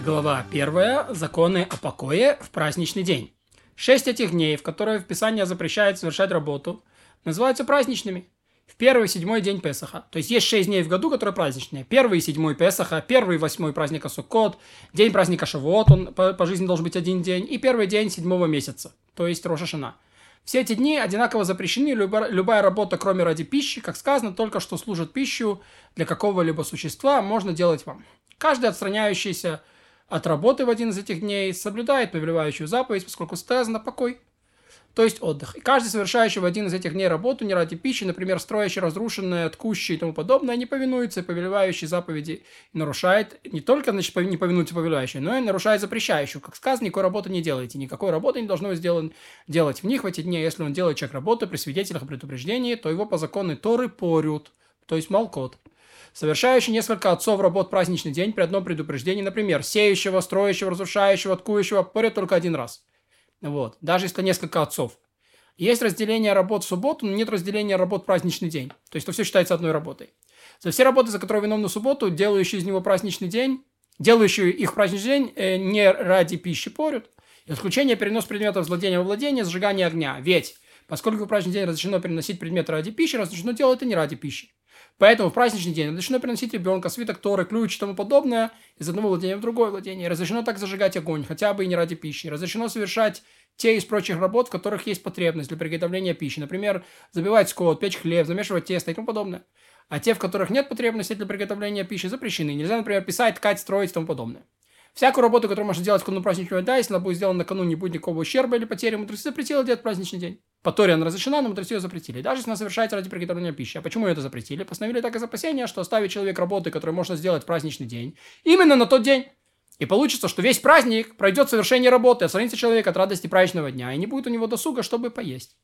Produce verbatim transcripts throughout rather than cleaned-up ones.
Глава первая. Законы о покое в праздничный день. Шесть этих дней, в которые в Писании запрещает совершать работу, называются праздничными. В первый и седьмой день Песаха. То есть есть шесть дней в году, которые праздничные. Первый и седьмой Песаха, первый и восьмой праздника Суккот, день праздника Шавуот, он по, по жизни должен быть один день, и первый день седьмого месяца, то есть Рош ха-Шана. Все эти дни одинаково запрещены, любая, любая работа, кроме ради пищи, как сказано, только что служит пищу для какого-либо существа, можно делать вам. Каждый отстраняющийся от работы в один из этих дней соблюдает повелевающую заповедь, поскольку сказано покой, то есть отдых. И каждый, совершающий в один из этих дней работу не ради пищи, например, строящий разрушенное, ткущий и тому подобное, не повинуется повелевающей заповеди и нарушает, не только, значит, не повинуется повелевающей, но и нарушает запрещающую. Как сказано, никакой работы не делайте, никакой работы не должно сделан, делать в них в эти дни. Если он делает человек работу при свидетелях о предупреждении, то его по закону Торы порют, то есть малкот. Совершающий несколько отцов работ в праздничный день при одном предупреждении, например, сеющего, строящего, разрушающего, ткующего, порят только один раз. Вот. Даже если несколько отцов. Есть разделение работ в субботу, но нет разделения работ в праздничный день. То есть это все считается одной работой. За все работы, за которые виновны в субботу, делающие из него праздничный день, делающие их праздничный день э, не ради пищи порют. Исключение перенос предметов с владения во владение, сжигание огня. Ведь, поскольку в праздничный день разрешено переносить предметы ради пищи, разрешено делать это не ради пищи. Поэтому в праздничный день разрешено переносить ребенка, свиток Торы, ключ и тому подобное из одного владения в другое владение. Разрешено так зажигать огонь, хотя бы и не ради пищи. Разрешено совершать те из прочих работ, в которых есть потребность для приготовления пищи. Например, забивать скот, печь хлеб, замешивать тесто и тому подобное. А те, в которых нет потребности для приготовления пищи, запрещены. Нельзя, например, писать, ткать, строить и тому подобное. Всякую работу, которую можно делать в канун праздничного дня, если она будет сделана накануне, не будет никакого ущерба или потери, мудрецы запретили делать в праздничный день. По Торе она разрешена, но мудрецы ее запретили. Даже если она совершается ради приготовления пищи. А почему это запретили? Постановили так из опасения, что оставит человек работы, которую можно сделать в праздничный день, именно на тот день. И получится, что весь праздник пройдет совершение работы, отстранится человек от радости праздничного дня, и не будет у него досуга, чтобы поесть.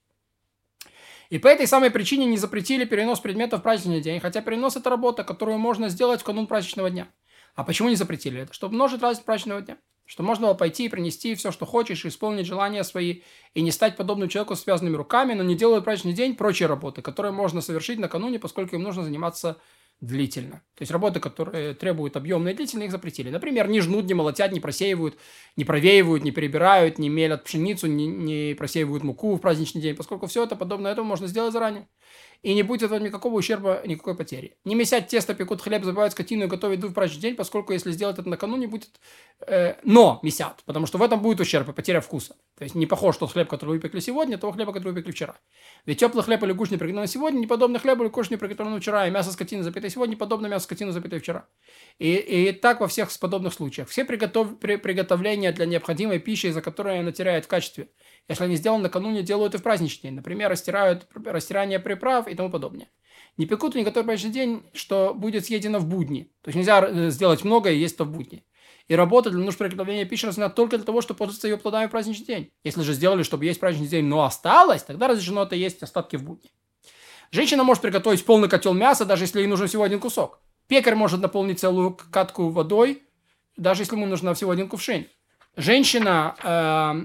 И по этой самой причине не запретили перенос предметов в праздничный день, хотя перенос – это работа, которую можно сделать в канун праздничного дня. А почему не запретили это? Чтобы множить радость праздничного дня. Чтобы можно было пойти и принести все, что хочешь, и исполнить желания свои, и не стать подобным человеку с связанными руками, но не делают в праздничный день прочие работы, которые можно совершить накануне, поскольку им нужно заниматься длительно. То есть работы, которые требуют объемные и длительные, их запретили. Например, не жнут, не молотят, не просеивают, не провеивают, не перебирают, не мелят пшеницу, не, не просеивают муку в праздничный день, поскольку все это подобное этому можно сделать заранее. И не будет этого никакого ущерба, никакой потери. Не месят тесто, пекут хлеб, забивают скотину и готовят еду в праздничный день, поскольку если сделать это накануне, будет... Э, но месят, потому что в этом будет ущерб и потеря вкуса. То есть не похож тот хлеб, который вы пекли сегодня, того хлеба, который вы пекли вчера. Ведь теплый хлеб или кушни приготовленный сегодня, не подобно хлебу или кушни приготовленному вчера, и мясо скотины, запятое сегодня, не подобно мясу скотины, запятое вчера. И, и так во всех подобных случаях. Все приготов... при... приготовления для необходимой пищи, за которой она теряет в качестве, если они сделаны накануне, делают и в праздничный день. Например, растирают растирание приправ и тому подобное. Не пекут и не готовят в праздничный день, что будет съедено в будни. То есть нельзя сделать много и есть то в будни. И работа для нужд приготовления пищи разрешена только для того, чтобы пользоваться ее плодами в праздничный день. Если же сделали, чтобы есть праздничный день, но осталось, тогда разрешено это есть остатки в будни. Женщина может приготовить полный котел мяса, даже если ей нужен всего один кусок. Пекарь может наполнить целую катку водой, даже если ему нужен всего один кувшин. Женщина... Э-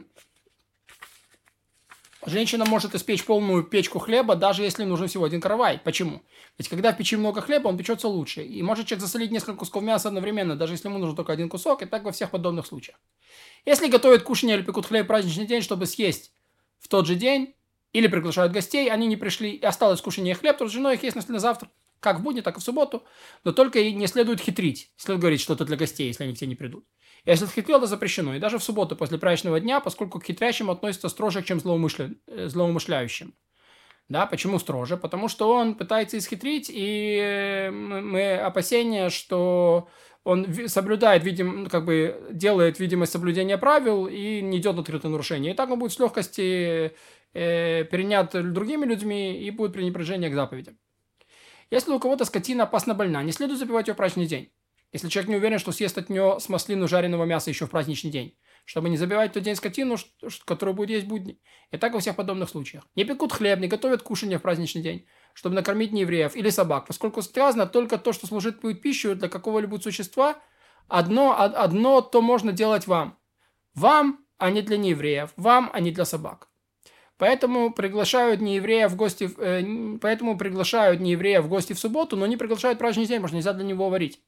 Женщина может испечь полную печку хлеба, даже если нужен всего один каравай. Почему? Ведь когда в печи много хлеба, он печется лучше. И может человек засолить несколько кусков мяса одновременно, даже если ему нужен только один кусок, и так во всех подобных случаях. Если готовят кушанье или пекут хлеб в праздничный день, чтобы съесть в тот же день, или приглашают гостей, они не пришли, и осталось кушанье и хлеб, то разрешено их есть на завтра, как в будни, так и в субботу. Но только и не следует хитрить. Следует говорить что-то для гостей, если они к тебе не придут. Если хитрил, это запрещено. И даже в субботу после праздничного дня, поскольку к хитрящим относится строже, чем злоумышля... злоумышляющим. Да, почему строже? Потому что он пытается исхитрить, и мы опасения, что он соблюдает, видим, как бы делает видимость соблюдения правил и не идет на открытое нарушение. И так он будет с легкости э, перенят другими людьми и будет пренебрежение к заповедям. Если у кого-то скотина опасно больна, не следует запивать ее в праздничный день. Если человек не уверен, что съест от нее с маслину жареного мяса еще в праздничный день, чтобы не забивать в тот день скотину, которую будет есть в будни. И так во всех подобных случаях. Не пекут хлеб, не готовят кушанье в праздничный день, чтобы накормить неевреев или собак, поскольку сказано только то, что служит будет пищей для какого-либо существа, одно, одно то можно делать вам. Вам, а не для неевреев. Вам, а не для собак. Поэтому приглашают нееврея в гости, э, поэтому приглашают нееврея в гости в субботу, но не приглашают праздничный день, потому что нельзя для него варить.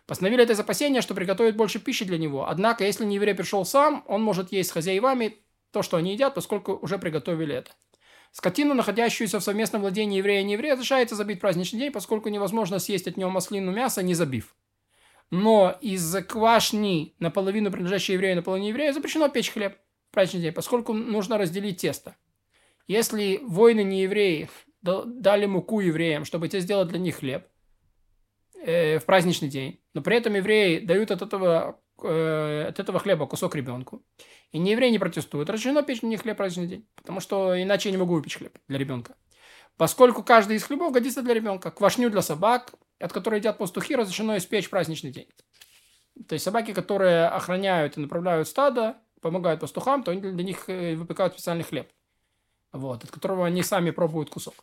Постановили это из опасения, что приготовит больше пищи для него. Однако, если не еврей пришел сам, он может есть с хозяевами то, что они едят, поскольку уже приготовили это. Скотину, находящуюся в совместном владении еврея и нееврея, разрешается забить праздничный день, поскольку невозможно съесть от него маслину мяса, не забив. Но из квашни, наполовину принадлежащей еврею и наполовину еврею, запрещено печь хлеб в праздничный день, поскольку нужно разделить тесто. Если воины неевреи дали муку евреям, чтобы те сделать для них хлеб э, в праздничный день, но при этом евреи дают от этого, э, от этого хлеба кусок ребенку, и неевреи не протестуют, разрешено печь для них хлеб в праздничный день, потому что иначе я не могу выпечь хлеб для ребенка. Поскольку каждый из хлебов годится для ребенка. Квашню для собак, от которой едят пастухи, разрешено испечь в праздничный день. То есть собаки, которые охраняют и направляют стадо, помогают пастухам, то они для них выпекают специальный хлеб, вот, от которого они сами пробуют кусок.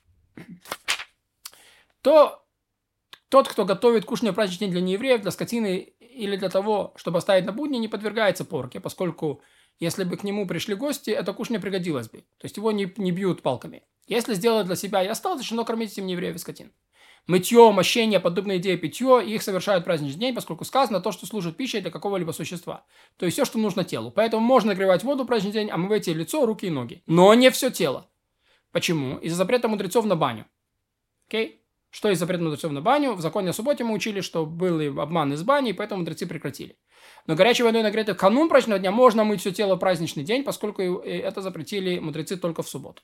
То тот, кто готовит кушанье в праздничный день для неевреев, для скотины или для того, чтобы оставить на будни, не подвергается порке, поскольку если бы к нему пришли гости, это кушанье пригодилось бы. То есть его не, не бьют палками. Если сделать для себя и осталось, решено кормить этим неевреев и скотин. Мытье, мощение, подобные идеи питье, их совершают в праздничный день, поскольку сказано то, что служит пищей для какого-либо существа. То есть все, что нужно телу. Поэтому можно нагревать воду в праздничный день, омывайте лицо, руки и ноги. Но не все тело. Почему? Из-за запрета мудрецов на баню. Окей? Что из запрета мудрецов на баню? В законе о субботе мы учили, что был обман из бани, и поэтому мудрецы прекратили. Но горячей водой нагретой в канун праздничного дня можно мыть все тело в праздничный день, поскольку это запретили мудрецы только в субботу.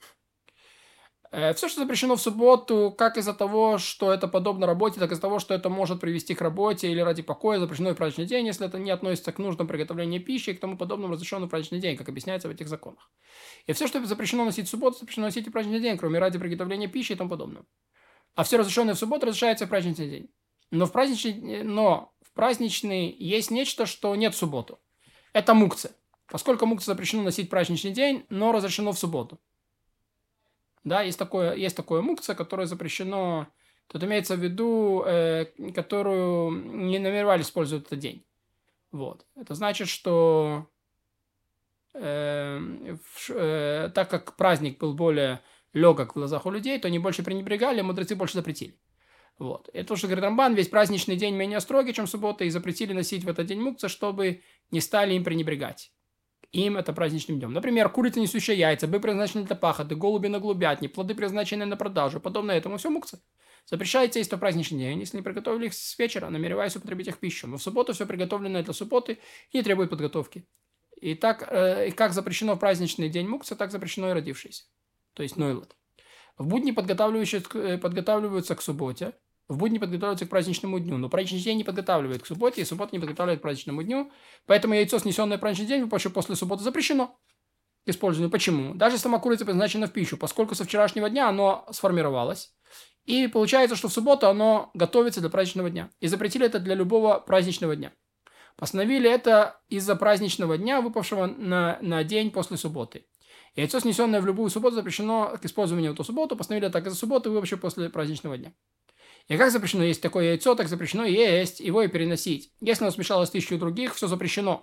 Все, что запрещено в субботу, как из-за того, что это подобно работе, так и из-за того, что это может привести к работе или ради покоя, запрещено и в праздничный день, если это не относится к нуждам приготовления пищи и к тому подобному, разрешено в праздничный день, как объясняется в этих законах. И все, что запрещено носить в субботу, запрещено носить и в праздничный день, кроме ради приготовления пищи и тому подобного. А все разрешенное в субботу разрешается в праздничный день. Но в праздничный, но в праздничный есть нечто, что нет в субботу. Это мукцы. Поскольку мукцы запрещено носить в праздничный день, но разрешено в субботу. Да, есть такое, есть такое мукца, которое запрещено, тут имеется в виду, э, которую не намеревались использовать этот день. Вот. Это значит, что э, в, э, так как праздник был более легок в глазах у людей, то они больше пренебрегали, а мудрецы больше запретили. Вот. Это уже говорит Рамбан, весь праздничный день менее строгий, чем суббота, и запретили носить в этот день мукца, чтобы не стали им пренебрегать. Им это праздничным днем. Например, курица, несущая яйца, бык, предназначенный для пахоты, голуби на голубятни, плоды, предназначенные на продажу, подобное этому все мукцы. Запрещается есть в праздничный день, если не приготовили их с вечера, намереваясь употребить их в пищу. Но в субботу все приготовленное для субботы и не требует подготовки. И так, э, и как запрещено в праздничный день мукца, так запрещено и родившийся. То есть нойлот. В будни подготавливаются к субботе, в будни подготавливаются к праздничному дню, но праздничный день не подготавливают к субботе, и суббота не подготавливает к праздничному дню, поэтому яйцо, снесенное в праздничный день, после субботы запрещено к использованию. Почему? Даже сама курица предназначена в пищу, поскольку со вчерашнего дня оно сформировалось, и получается, что в субботу оно готовится для праздничного дня. И запретили это для любого праздничного дня. Постановили это из-за праздничного дня, выпавшего на, на день после субботы. Яйцо, снесенное в любую субботу, запрещено к использованию в эту субботу, постановили так из-за субботы, выпавшего после праздничного дня. И как запрещено есть такое яйцо, так запрещено есть его и переносить. Если оно смешалось с тысячей других, все запрещено.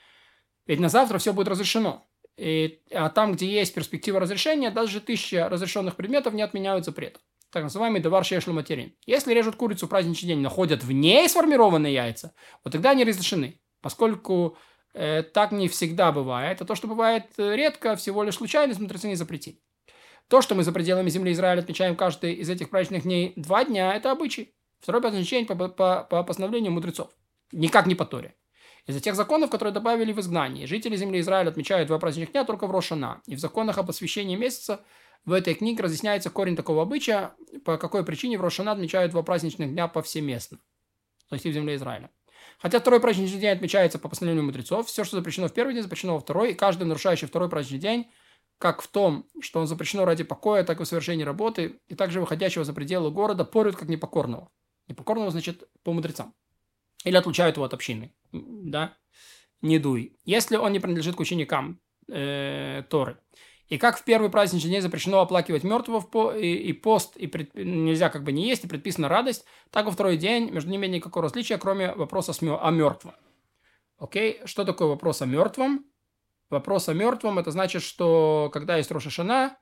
Ведь на завтра все будет разрешено. И, а там, где есть перспектива разрешения, даже тысяча разрешенных предметов не отменяют запрет. Так называемый давар шешлу материн. Если режут курицу в праздничный день, находят в ней сформированные яйца, вот тогда они разрешены. Поскольку э, так не всегда бывает. А то, что бывает редко, всего лишь случайность, мудрецы не запретили. То, что мы за пределами земли Израиля отмечаем каждый из этих праздничных дней два дня, это обычай. Второй праздничный день по, по, по постановлению мудрецов. Никак не по Торе. Из-за тех законов, которые добавили в изгнании. Жители земли Израиля отмечают два праздничных дня только в Рош ха-Шана. И в законах о посвящении месяца в этой книге разъясняется корень такого обычая, по какой причине в Рош ха-Шана отмечают два праздничных дня повсеместно. То есть и в земле Израиля. Хотя второй праздничный день отмечается по постановлению мудрецов, все, что запрещено в первый день, запрещено во второй, и каждый нарушающий второй праздничный день, как в том, что он запрещено ради покоя, так и в совершении работы, и также выходящего за пределы города, порют как непокорного. Непокорного значит по мудрецам. Или отлучают его от общины. Да? Не дуй. Если он не принадлежит к ученикам э, Торы. И как в первый праздничный день запрещено оплакивать мертвого в по, и, и пост, и пред, нельзя как бы не есть, и предписана радость, так во второй день между ними нет никакого различия, кроме вопроса о мертвом. Окей? Что такое вопрос о мертвом? Вопрос о мертвом, это значит, что когда есть Рош ха-Шана,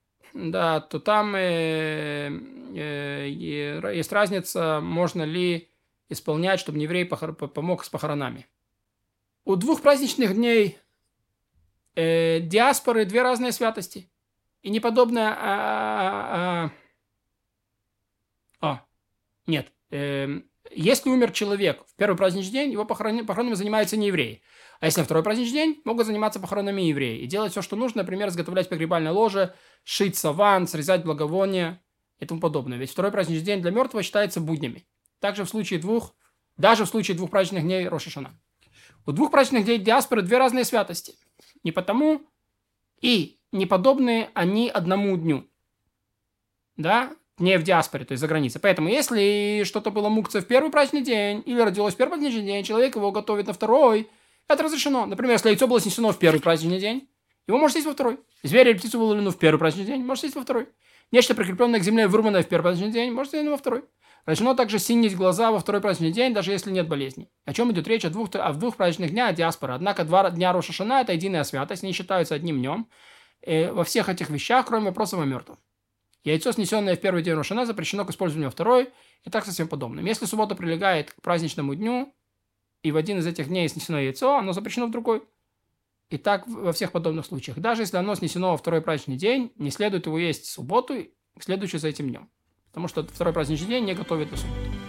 да, то там э, э, есть разница, можно ли исполнять, чтобы еврей похор... помог с похоронами. У двух праздничных дней э, диаспоры две разные святости. И не подобное... А, а, а, а, нет. Э, если умер человек в первый праздничный день, его похорон... похоронами занимаются не евреи. А если на второй праздничный день, могут заниматься похоронами евреи. И делать все, что нужно, например, изготовлять погребальное ложе, шить саван, срезать благовония и тому подобное. Ведь второй праздничный день для мертвого считается буднями. Также в случае двух, даже в случае двух праздничных дней Рош ха-Шана. У двух праздничных дней диаспоры две разные святости. Не потому и не подобные они одному дню. Да? Не в диаспоре, то есть за границей. Поэтому, если что-то было мукция в первый праздничный день или родилось в первый праздничный день, человек его готовит на второй, это разрешено. Например, если яйцо было снесено в первый праздничный день, его можно съесть во второй. Зверь или птицу выловленную в первый праздничный день, можно съесть во второй. Нечто, прикрепленное к земле, вырванное в первый праздничный день, можно съесть во второй. Разрешено также синить глаза во второй праздничный день, даже если нет болезни. О чем идет речь? О двух, о двух праздничных днях диаспоры. Однако два дня Рош ха-Шана – это единая святость, они считаются одним днем. И во всех этих вещах, кроме вопросов о мертвом. Яйцо, снесенное в первый день Рош ха-Шана, запрещено к использованию во второй, и так со всем подобным. Если суббота прилегает к праздничному дню, и в один из этих дней снесено яйцо, оно запрещено в другой. И так во всех подобных случаях. Даже если оно снесено во второй праздничный день, не следует его есть в субботу, следующую за этим днем. Потому что второй праздничный день не готовит на субботу.